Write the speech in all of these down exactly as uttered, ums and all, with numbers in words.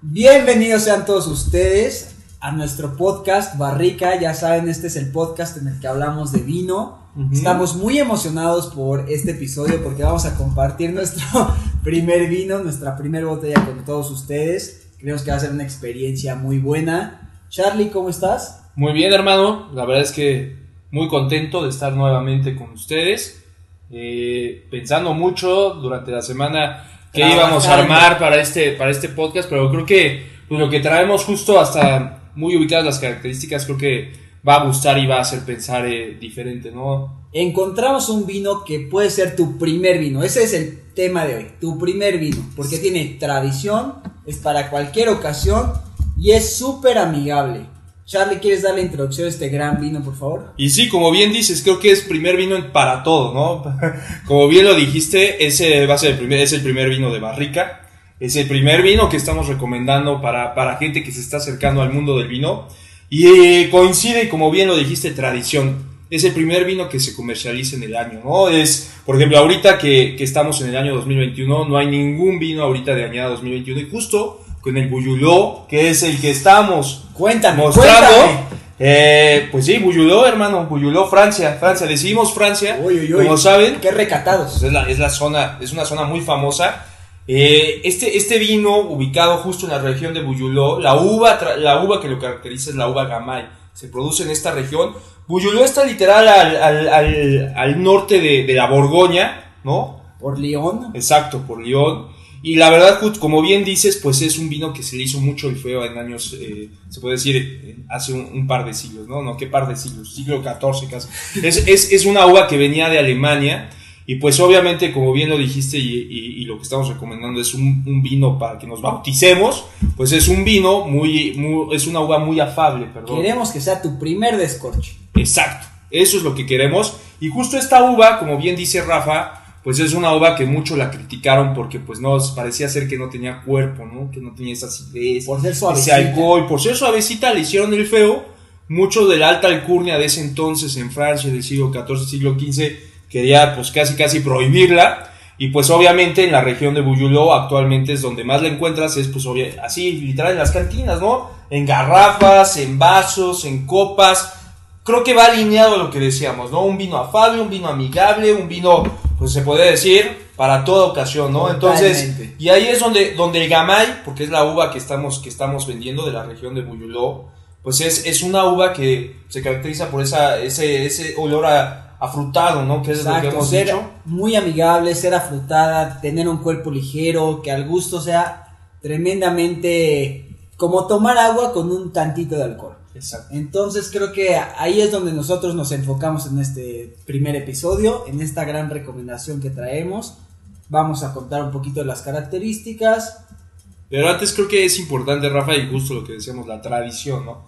Bienvenidos sean todos ustedes a nuestro podcast Barrica. Ya saben, este es el podcast en el que hablamos de vino. Uh-huh. Estamos muy emocionados por este episodio porque vamos a compartir nuestro primer vino, nuestra primera botella con todos ustedes. Creemos que va a ser una experiencia muy buena. Charlie, ¿cómo estás? Muy bien, hermano. La verdad es que muy contento de estar nuevamente con ustedes. Eh, pensando mucho durante la semana que íbamos a armar para este, para este podcast, pero creo que pues, lo que traemos justo hasta muy ubicadas las características, creo que va a gustar y va a hacer pensar eh, diferente, ¿no? Encontramos un vino que puede ser tu primer vino. Ese es el tema de hoy, tu primer vino, porque tiene tradición, es para cualquier ocasión y es súper amigable. Charlie, ¿quieres dar la introducción a este gran vino, por favor? Y sí, como bien dices, creo que es primer vino para todo, ¿no? Como bien lo dijiste, ese va a ser el primer, es el primer vino de Barrica. Es el primer vino que estamos recomendando para, para gente que se está acercando al mundo del vino. Y eh, coincide, como bien lo dijiste, tradición. Es el primer vino que se comercializa en el año, ¿no? Es, por ejemplo, ahorita que, que estamos en el año dos mil veintiuno, no hay ningún vino ahorita de añada dos mil veintiuno. Y justo con el Beaujolais, que es el que estamos cuéntame, mostrando. Cuéntame. Eh, pues sí, Beaujolais, hermano, Beaujolais, Francia, Francia, decidimos Francia, uy, uy, uy, como saben. Qué recatados. Pues es, la, es la zona, es una zona muy famosa. Eh, este, este vino, ubicado justo en la región de Beaujolais, la uva, la uva que lo caracteriza es la uva Gamay, se produce en esta región. Beaujolais está literal al, al, al, al norte de, de la Borgoña, ¿no? Por Lyon. Exacto, por Lyon. Y la verdad, como bien dices, pues es un vino que se le hizo mucho el feo en años, eh, se puede decir, hace un, un par de siglos, ¿no? No, ¿qué par de siglos? Siglo catorce casi. Es, es, es una uva que venía de Alemania y pues obviamente, como bien lo dijiste y, y, y lo que estamos recomendando es un, un vino para que nos bauticemos, pues es un vino muy, muy, es una uva muy afable, perdón. Queremos que sea tu primer descorche. Exacto, eso es lo que queremos. Y justo esta uva, como bien dice Rafa, pues es una uva que mucho la criticaron porque pues no, parecía ser que no tenía cuerpo, ¿no? Que no tenía esa acidez, por ser suavecita, ese alcohol, por ser suavecita le hicieron el feo. Mucho de la alta alcurnia de ese entonces en Francia del siglo catorce, siglo quince quería pues casi casi prohibirla. Y pues obviamente en la región de Beaujolais actualmente es donde más la encuentras, es pues obvio, así literal en las cantinas, ¿no? En garrafas, en vasos, en copas. Creo que va alineado a lo que decíamos, ¿no? Un vino afable, un vino amigable, un vino, pues se puede decir, para toda ocasión, ¿no? Totalmente. Entonces, y ahí es donde, donde el Gamay, porque es la uva que estamos, que estamos vendiendo de la región de Beaujolais, pues es, es una uva que se caracteriza por esa, ese, ese olor a, afrutado, ¿no? Que es Exacto, lo que hemos ser dicho. Muy amigable, ser afrutada, tener un cuerpo ligero, que al gusto sea tremendamente como tomar agua con un tantito de alcohol. Exacto. Entonces creo que ahí es donde nosotros nos enfocamos en este primer episodio, en esta gran recomendación que traemos. Vamos a contar un poquito de las características. Pero antes creo que es importante, Rafa, y justo lo que decíamos, la tradición, ¿no?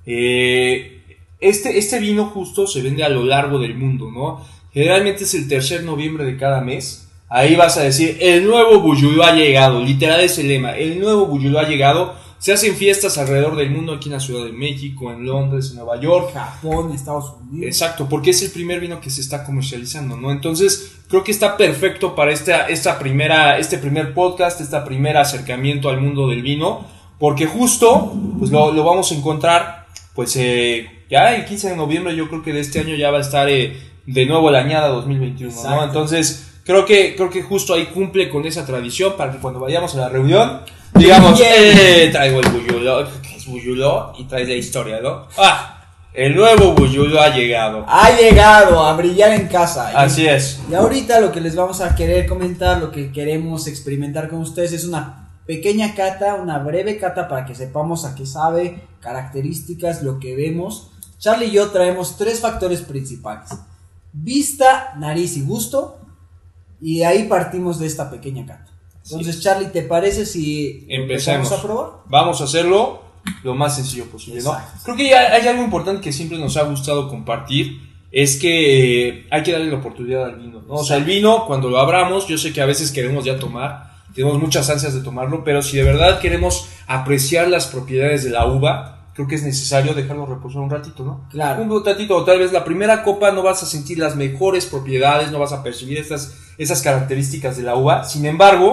Eh, este, este vino justo se vende a lo largo del mundo, ¿no? Generalmente es el tercer noviembre de cada mes. Ahí vas a decir, el nuevo Beaujolais ha llegado, literal es el lema, el nuevo Beaujolais ha llegado. Se hacen fiestas alrededor del mundo, aquí en la Ciudad de México, en Londres, en Nueva York, Japón, Estados Unidos. Exacto, porque es el primer vino que se está comercializando, ¿no? Entonces, creo que está perfecto para esta, esta primera, este primer podcast, este primer acercamiento al mundo del vino, porque justo, pues lo, lo vamos a encontrar, pues eh, ya el quince de noviembre, yo creo que de este año ya va a estar eh, de nuevo la añada dos mil veintiuno, Exacto. ¿no? Entonces, creo que, creo que justo ahí cumple con esa tradición para que cuando vayamos a la reunión, digamos, eh, traigo el Beaujolais, que es Beaujolais, y traes la historia, ¿no? Ah, el nuevo Beaujolais ha llegado. Ha llegado a brillar en casa. Así y, es. Y ahorita lo que les vamos a querer comentar, lo que queremos experimentar con ustedes es una pequeña cata, una breve cata para que sepamos a qué sabe, características, lo que vemos. Charlie y yo traemos tres factores principales: vista, nariz y gusto. Y de ahí partimos de esta pequeña cata. Entonces, Charlie, ¿te parece si empezamos a probar? Vamos a hacerlo lo más sencillo posible, ¿no? Exacto. Creo que ya hay algo importante que siempre nos ha gustado compartir, es que hay que darle la oportunidad al vino, ¿no? O sea, el vino, cuando lo abramos, yo sé que a veces queremos ya tomar, tenemos muchas ansias de tomarlo, pero si de verdad queremos apreciar las propiedades de la uva, creo que es necesario dejarlo reposar un ratito, ¿no? Claro. Un ratito, o tal vez la primera copa no vas a sentir las mejores propiedades, no vas a percibir estas, esas características de la uva. Sin embargo,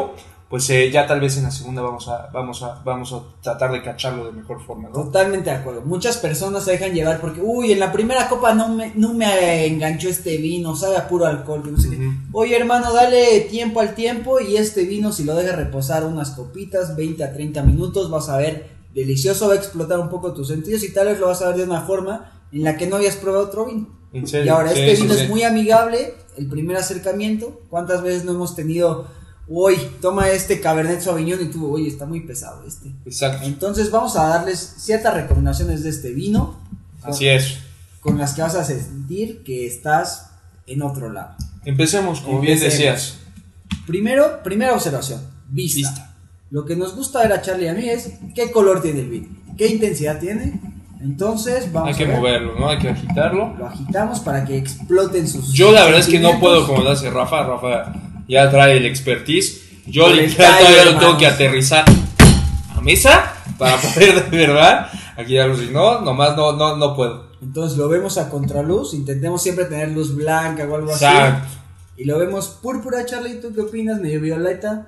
pues eh, ya tal vez en la segunda vamos a, vamos a, vamos a tratar de cacharlo de mejor forma, ¿no? Totalmente de acuerdo. Muchas personas se dejan llevar porque, uy, en la primera copa no me, no me enganchó este vino, sabe a puro alcohol, no sé qué. Uh-huh. Oye, hermano, dale tiempo al tiempo y este vino, si lo dejas reposar unas copitas, veinte a treinta minutos, vas a ver delicioso, va a explotar un poco tus sentidos y tal vez lo vas a ver de una forma en la que no habías probado otro vino. ¿En serio? Y ahora, Sí, este sí, vino sí. es muy amigable, el primer acercamiento. ¿Cuántas veces no hemos tenido, uy, toma este Cabernet Sauvignon y tú, oye, está muy pesado este? Exacto. Entonces vamos a darles ciertas recomendaciones de este vino. Con, Así es. Con las que vas a sentir que estás en otro lado. Empecemos, como bien Empecemos. decías. Primero, primera observación, vista. Vista. Lo que nos gusta ver a Charlie y a mí es qué color tiene el vino, qué intensidad tiene. Entonces vamos Hay que a ver. moverlo, ¿no? Hay que agitarlo. Lo agitamos para que exploten sus. Yo la verdad es que no sentimientos. puedo como lo hace Rafa. Rafa ya trae el expertise. Yo Con el literal tallo, todavía lo hermanos. tengo que aterrizar a mesa para poder de verdad aquí ya si no, nomás no, no, no puedo. Entonces lo vemos a contraluz, intentemos siempre tener luz blanca o algo Exacto. así. Y lo vemos púrpura, Charlie, ¿tú qué opinas? Medio violeta.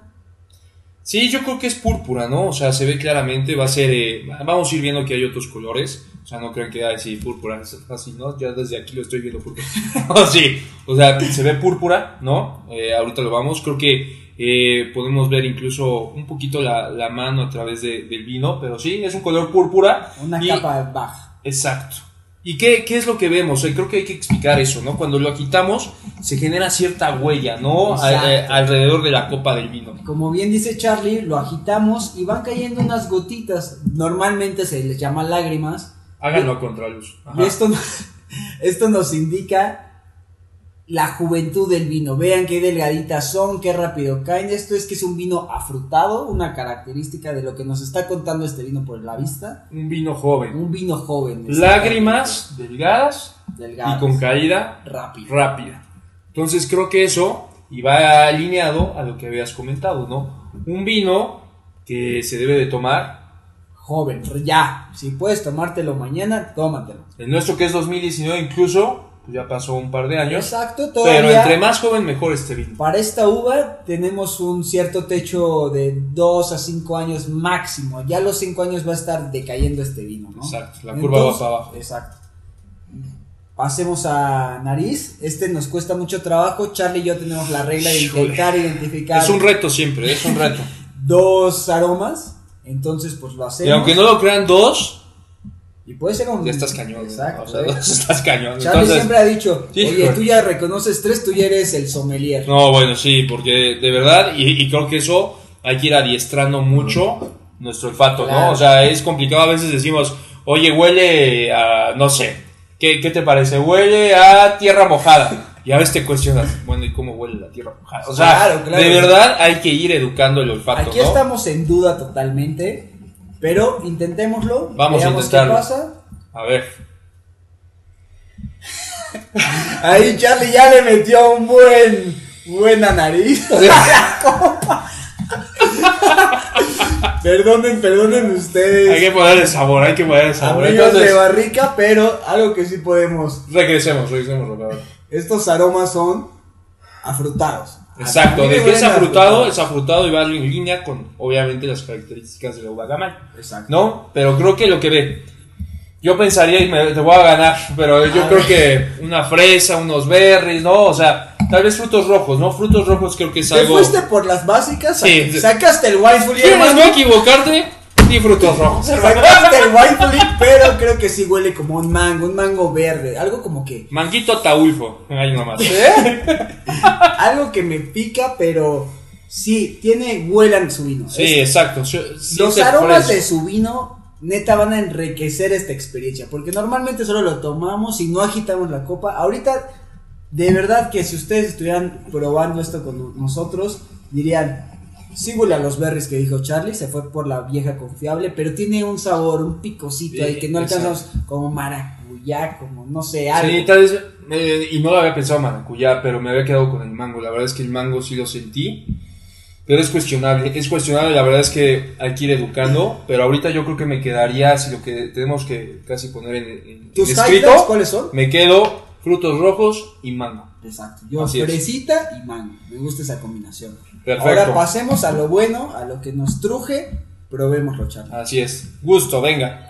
Sí, yo creo que es púrpura, ¿no? O sea, se ve claramente, va a ser, eh, vamos a ir viendo que hay otros colores. O sea, no crean que, ay, sí, púrpura, es así, ¿no? Ya desde aquí lo estoy viendo púrpura. No, sí, o sea, se ve púrpura, ¿no? Eh, ahorita lo vamos, creo que eh, podemos ver incluso un poquito la, la mano a través de, del vino, pero sí, es un color púrpura. Una y, capa baja. Exacto. ¿Y qué, qué es lo que vemos? Eh, creo que hay que explicar eso, ¿no? Cuando lo agitamos, se genera cierta huella, ¿no? A, eh, alrededor de la copa del vino. Como bien dice Charlie, lo agitamos y van cayendo unas gotitas. Normalmente se les llama lágrimas. Háganlo a contraluz. Y esto, esto nos indica la juventud del vino. Vean qué delgaditas son, qué rápido caen. Esto es que es un vino afrutado, una característica de lo que nos está contando este vino por la vista. Un vino joven. Un vino joven. Lágrimas delgadas, delgadas y con caída rápida. rápida. Entonces creo que eso y va alineado a lo que habías comentado, ¿no? Un vino que se debe de tomar. Joven, ya. Si puedes tomártelo mañana, tómatelo. El nuestro que es dos mil diecinueve incluso, pues ya pasó un par de años. Exacto, todavía. Pero entre más joven mejor este vino. Para esta uva tenemos un cierto techo de dos a cinco años máximo. Ya a los cinco años va a estar decayendo este vino, ¿no? Exacto, la curva Entonces, va para abajo. Exacto. Pasemos a nariz. Este nos cuesta mucho trabajo. Charlie y yo tenemos la regla de Híjole. intentar identificar Es un reto siempre, es un reto. dos aromas. Entonces, pues lo hacemos. Y aunque no lo crean dos, Y puede ser un. ya estás cañón. Exacto. O sea, ¿eh? dos estás cañón. Charlie Entonces, siempre ha dicho: sí, oye, hijo. tú ya reconoces tres, tú ya eres el sommelier. no, bueno, sí, porque de verdad, y, y creo que eso hay que ir adiestrando mucho nuestro olfato, Claro. ¿no? O sea, es complicado, a veces decimos, oye, huele a, no sé, ¿qué, qué te parece? Huele a tierra mojada. Y a veces te cuestionas, bueno, ¿y cómo huele la tierra mojada? O sea, Claro, claro. de verdad hay que ir educando el olfato, Aquí ¿no? estamos en duda totalmente, pero intentémoslo. Vamos a veamos intentarlo. qué pasa. A ver. Ahí Charlie ya le metió un buen buena nariz. Perdonen, perdonen ustedes. Hay que ponerle sabor, hay que ponerle sabor. Amigos Entonces, de barrica, pero algo que sí podemos. regresemos, regresemos, Roberto. Estos aromas son afrutados. Exacto, A mí me de que es huelen a afrutado, es afrutado y va en línea con, obviamente, las características de la uva gamay, Exacto. ¿no? Pero creo que lo que ve, yo pensaría y me, te voy a ganar, pero yo A creo ver. que una fresa, unos berries, ¿no? O sea, tal vez frutos rojos, ¿no? Frutos rojos creo que es ¿Te algo... fuiste por las básicas? Sí. Sacaste el Wine ¿Quieres hermano. no equivocarte? Ni frutos rojos. Sacaste el Wine pero creo que sí huele como un mango, un mango verde. Algo como que. Manguito ataulfo, ahí nomás. Algo que me pica, pero sí, tiene, huelan su vino. Sí, Es- exacto. Sí, los sí, aromas fresco. de su vino, neta, van a enriquecer esta experiencia. Porque normalmente solo lo tomamos y no agitamos la copa. Ahorita, de verdad que si ustedes estuvieran probando esto con nosotros, dirían: sí huele a los berries que dijo Charlie, se fue por la vieja confiable, pero tiene un sabor, un picocito ahí Sí, que no exacto. alcanzamos, como maracuyá, como no sé, algo. Sí, tal vez, eh, y no lo había pensado maracuyá, pero me había quedado con el mango. La verdad es que el mango sí lo sentí, pero es cuestionable. Es cuestionable, la verdad es que hay que ir educando, pero ahorita yo creo que me quedaría, si lo que tenemos que casi poner en, en, ¿Tus en highlights escrito, cuáles son? me quedo frutos rojos y mango. Exacto. Yo Así es. fresita y mango. Me gusta esa combinación. Perfecto. Ahora pasemos a lo bueno, a lo que nos truje. Probémoslo, Charlie. Así es. Gusto, venga.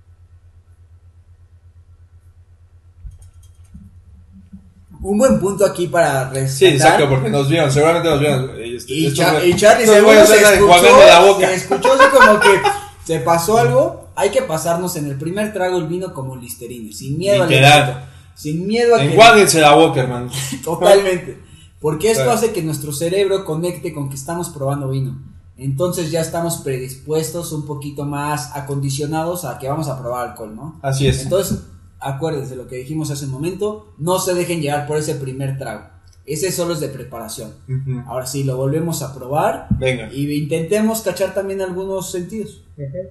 Un buen punto aquí para rescatar. Sí, exacto, porque nos vieron, seguramente nos vieron. Esto, Y, esto Cha- fue- y Charlie estos seguro güeyes se andan escuchó, enjuagando la boca. se escuchó así como que se pasó algo. Hay que pasarnos en el primer trago el vino como Listerine, sin miedo al Literal. éxito, sin miedo a que Enjuáguense la boca, hermano. totalmente, porque esto Claro. hace que nuestro cerebro conecte con que estamos probando vino. Entonces ya estamos predispuestos, un poquito más acondicionados a que vamos a probar alcohol, ¿no? Así es. Entonces, acuérdense lo que dijimos hace un momento, no se dejen llevar por ese primer trago. Ese solo es de preparación. Ujú. Ahora sí, lo volvemos a probar. Venga. Y intentemos cachar también algunos sentidos.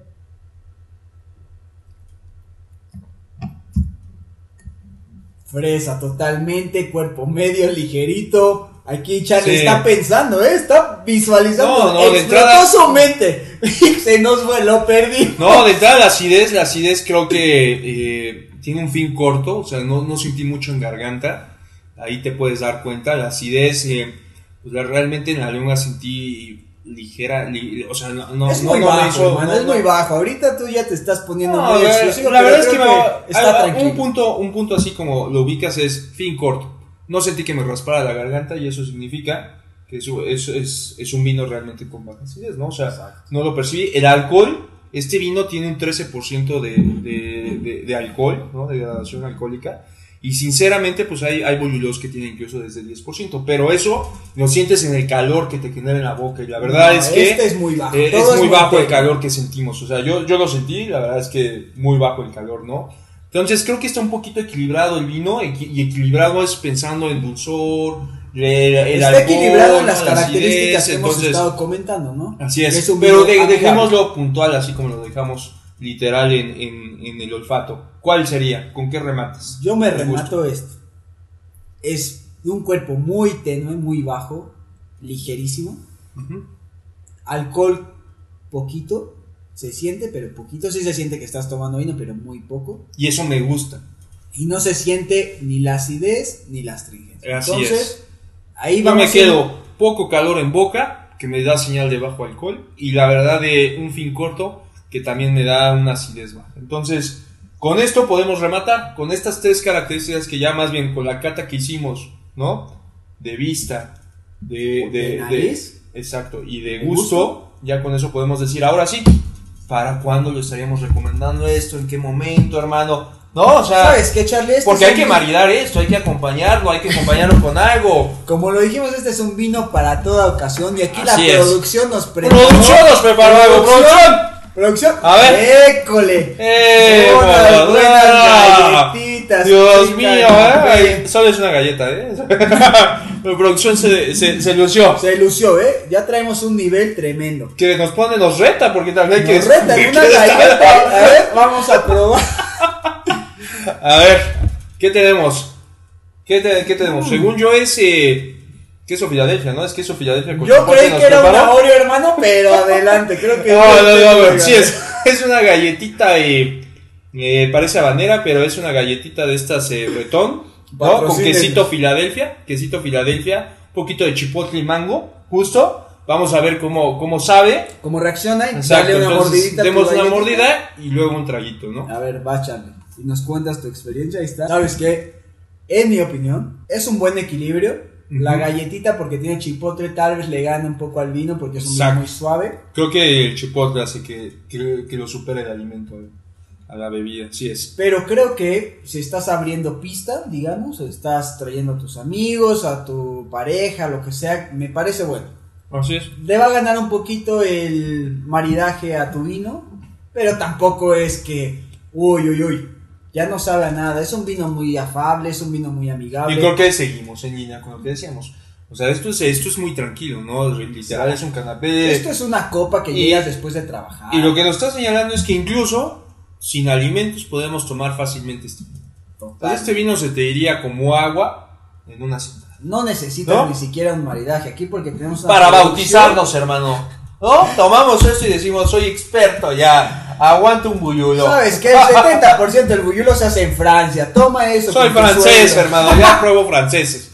Fresa totalmente, cuerpo medio, ligerito. Aquí Charlie Sí. está pensando, ¿eh? Está visualizando. No, no, de Explotó entrada- su mente. Se nos fue, lo perdí. No, de entrada la acidez, la acidez creo que eh, tiene un fin corto, o sea, no, no sentí mucho en garganta, ahí te puedes dar cuenta, la acidez, eh, pues la- realmente en la lengua sentí ligera, li- o sea, no, no, es no, muy no me bajo, hizo- hermano, no, es no. muy bajo. Ahorita tú ya te estás poniendo No, muy la, exclusivo. la pero verdad es que, creo me, está hay- tranquilo. un punto, un punto así como lo ubicas es fin corto, no sentí que me raspara la garganta y eso significa que eso, eso es, es un vino realmente con baja acidez, ¿no? O sea, Exacto. no lo percibí. El alcohol, este vino tiene un trece por ciento de, de, de, de alcohol, ¿no? De gradación alcohólica. Y sinceramente, pues hay, hay bolluelos que tienen incluso desde el diez por ciento. Pero eso lo sientes en el calor que te genera en la boca. Y la verdad No, es que este es muy bajo. eh, Todo es muy bajo el tenue. calor que sentimos. O sea, yo, yo lo sentí, la verdad es que muy bajo el calor, ¿no? Entonces creo que está un poquito equilibrado el vino. equi- Y equilibrado es pensando en dulzor. El, el Está alcohol, equilibrado en las ¿no? La características acidez, que hemos entonces, estado comentando, ¿no? así es, Es un pero vino de- amigable. dejémoslo puntual, así como lo dejamos literal en, en, en el olfato. ¿Cuál sería? ¿Con qué remates? Yo me Te remato esto. Es de un cuerpo muy tenue, muy bajo, ligerísimo. Ujú. Alcohol poquito, se siente, pero poquito. Sí se siente que estás tomando vino, pero muy poco. Y eso me gusta. Y no se siente ni la acidez ni la astringencia. Así Entonces, es. ahí Yo vamos. me quedo poco calor en boca, que me da señal de bajo alcohol, y la verdad de un fin corto, que también me da una acidez baja. Entonces, con esto podemos rematar, con estas tres características que ya más bien con la cata que hicimos, ¿no? De vista, de, de, De de- nariz. exacto, y de De gusto, gusto. ya con eso podemos decir, ahora sí, ¿para cuándo lo estaríamos recomendando esto? ¿En qué momento, hermano? No, o sea, ¿Sabes qué, Charlie? Este porque es hay un que vino- maridar esto, hay que acompañarlo, hay que acompañarlo con algo. Como lo dijimos, este es un vino para toda ocasión. Y aquí Así la es. producción nos preparó. ¡Producción nos preparó algo! ¡Producción! Producción. A ver. ¡École! ¡Eh! Unas mamá! buenas ¡Ah! galletitas. Dios fritas, mío, café. ¿eh? Solo es una galleta, ¿eh? La producción se, se, se lució. Se lució, ¿eh? Ya traemos un nivel tremendo. Que nos pone, nos reta, porque también hay que. Nos reta en una que- galleta. A ver, vamos a probar. A ver, ¿qué tenemos? ¿Qué, te- qué tenemos? Mm. Según yo es eh, queso Filadelfia, ¿no? Es queso Filadelfia con Yo chipotle, creí nos que era una preparó. Oreo, hermano, pero adelante. Creo que. No, no, no, Oiga. no, sí, es, es una galletita, eh, eh, parece habanera, pero es una galletita de estas eh, bretón, ¿no? Con Patrocínenos. quesito Filadelfia, quesito Filadelfia, un poquito de chipotle y mango, justo. Vamos a ver cómo, cómo sabe. Como reacciona, y Exacto, dale una entonces, mordidita. a tu demos una galletita. mordida y luego un traguito, ¿no? A ver, va, Charlie. Y nos cuentas tu experiencia. Ahí está. ¿Sabes qué? En mi opinión, es un buen equilibrio. Ujú. La galletita, porque tiene chipotle, tal vez le gana un poco al vino, porque es un vino Exacto. muy suave. Creo que el chipotle hace que, que, que lo supere el alimento eh, a la bebida, sí es. Pero creo que si estás abriendo pista, digamos, estás trayendo a tus amigos, a tu pareja, lo que sea, me parece bueno. Así es. Le va a ganar un poquito el maridaje a tu vino, pero tampoco es que, uy, uy, uy, ya no sabe a nada. Es un vino muy afable, es un vino muy amigable. Y creo que seguimos en línea con lo que decíamos. O sea, esto es, esto es muy tranquilo, ¿no? Literal es un canapé. Esto es una copa que Y- llegas después de trabajar. Y lo que nos está señalando es que incluso sin alimentos podemos tomar fácilmente este vino. Total. Entonces, este vino se te iría como agua en una sentada. No necesitas ¿No? ni siquiera un maridaje aquí porque tenemos una Para producción- bautizarnos, hermano. ¿no? Tomamos esto y decimos, soy experto ya, aguanto un buyulo. ¿Sabes qué? El setenta por ciento del buyulo se hace en Francia, toma eso. Soy francés, hermano, ya pruebo franceses.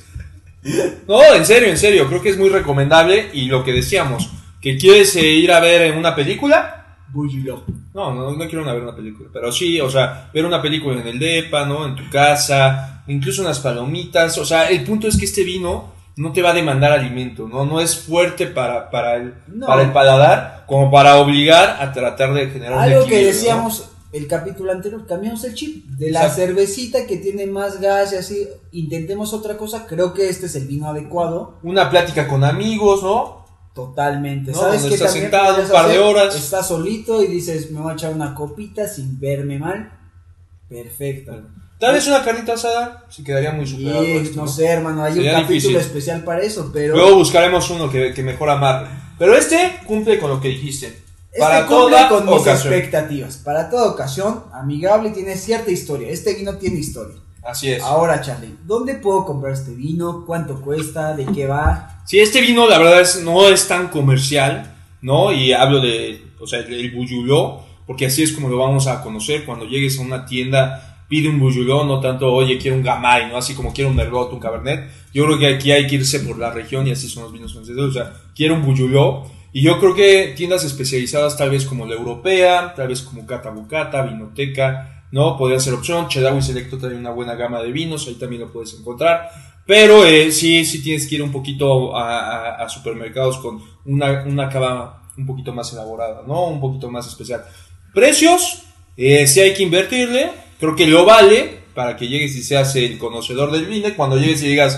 No, en serio, en serio, creo que es muy recomendable. Y lo que decíamos, que quieres eh, ir a ver en una película, Buyulo. No, no, no quiero ir a ver una película, pero sí, o sea, ver una película en el depa, ¿no? En tu casa, incluso unas palomitas, o sea, el punto es que este vino no te va a demandar alimento, ¿no? No es fuerte para, para, el, no. para el paladar, como para obligar a tratar de generar algo un que decíamos, ¿no? El capítulo anterior, cambiamos el chip de la Exacto. cervecita que tiene más gas y así, intentemos otra cosa, creo que este es el vino adecuado. Una plática con amigos, ¿no? Totalmente, ¿No? ¿sabes Donde qué? estás También sentado podrías un par de hacer, horas. estás solito y dices, me voy a echar una copita sin verme mal. Perfecto. Tal vez una carnita asada, sí quedaría muy superado. Y, esto, no ¿no? sé, hermano, hay Sería un capítulo difícil. especial para eso, pero Luego buscaremos uno que, que mejor amarre. Pero este cumple con lo que dijiste. este Para cumple toda con mis ocasión. expectativas. Para toda ocasión, amigable, tiene cierta historia. Este vino tiene historia. Así es. Ahora, Charlie, ¿dónde puedo comprar este vino? ¿Cuánto cuesta? ¿De qué va? Sí, este vino la verdad es no es tan comercial, ¿no? Y hablo de, o sea, el buyuló, porque así es como lo vamos a conocer cuando llegues a una tienda, pide un buyuló, no tanto, oye, quiero un gamay, ¿no? Así como quiero un merlot, un cabernet. Yo creo que aquí hay que irse por la región y así son los vinos franceses, o sea, quiero un buyuló. Y yo creo que tiendas especializadas tal vez como la Europea, tal vez como Cata Bucata, Vinoteca, ¿no? Podría ser opción. Chedraui Selecto trae una buena gama de vinos, ahí también lo puedes encontrar. Pero eh, sí, sí tienes que ir un poquito a, a, a supermercados con una, una cava un poquito más elaborada, ¿no? Un poquito más especial. Precios, eh, sí hay que invertirle, creo que lo vale para que llegues y seas el conocedor del vino. Cuando llegues y digas,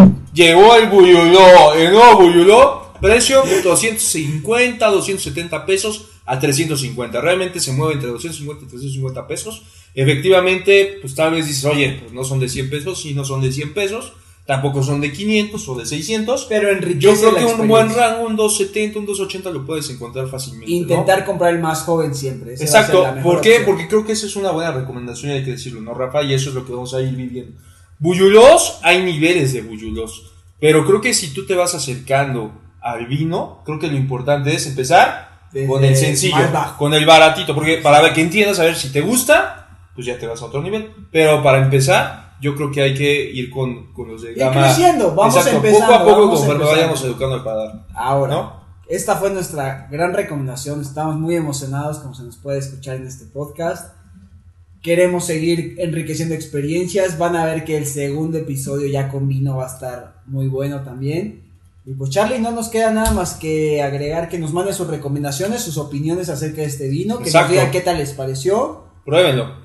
llegó el buyuló, el nuevo buyuló, precio doscientos cincuenta, doscientos setenta pesos a trescientos cincuenta. Realmente se mueve entre doscientos cincuenta y trescientos cincuenta pesos. Efectivamente, pues tal vez dices, oye, pues no son de cien pesos, sí, no son de cien pesos, tampoco son de quinientos o de seiscientos. Pero enriquece Yo creo la que un experiencia. buen rango, un doscientos setenta, un doscientos ochenta lo puedes encontrar fácilmente. Intentar ¿no? comprar el más joven siempre. Esa Exacto, va a ser la mejor ¿por qué? opción. Porque creo que esa es una buena recomendación y hay que decirlo, ¿no, Rafa? Y eso es lo que vamos a ir viviendo. Buyulós, hay niveles de buyulós, pero creo que si tú te vas acercando al vino, creo que lo importante es empezar Desde con el sencillo, más bajo. con el baratito, porque para ver que entiendas, a ver si te gusta, pues ya te vas a otro nivel. Pero para empezar, yo creo que hay que ir con, con los de Ir gama. creciendo, vamos Exacto, empezando, poco a poco vamos conforme empezando. vayamos educando al paladar. Ahora, ¿no? esta fue nuestra gran recomendación. Estamos muy emocionados, como se nos puede escuchar en este podcast. Queremos seguir enriqueciendo experiencias. Van a ver que el segundo episodio ya con vino va a estar muy bueno también. Y pues Charlie, no nos queda nada más que agregar que nos manden sus recomendaciones, sus opiniones acerca de este vino, que Exacto. nos digan qué tal les pareció. Pruébenlo.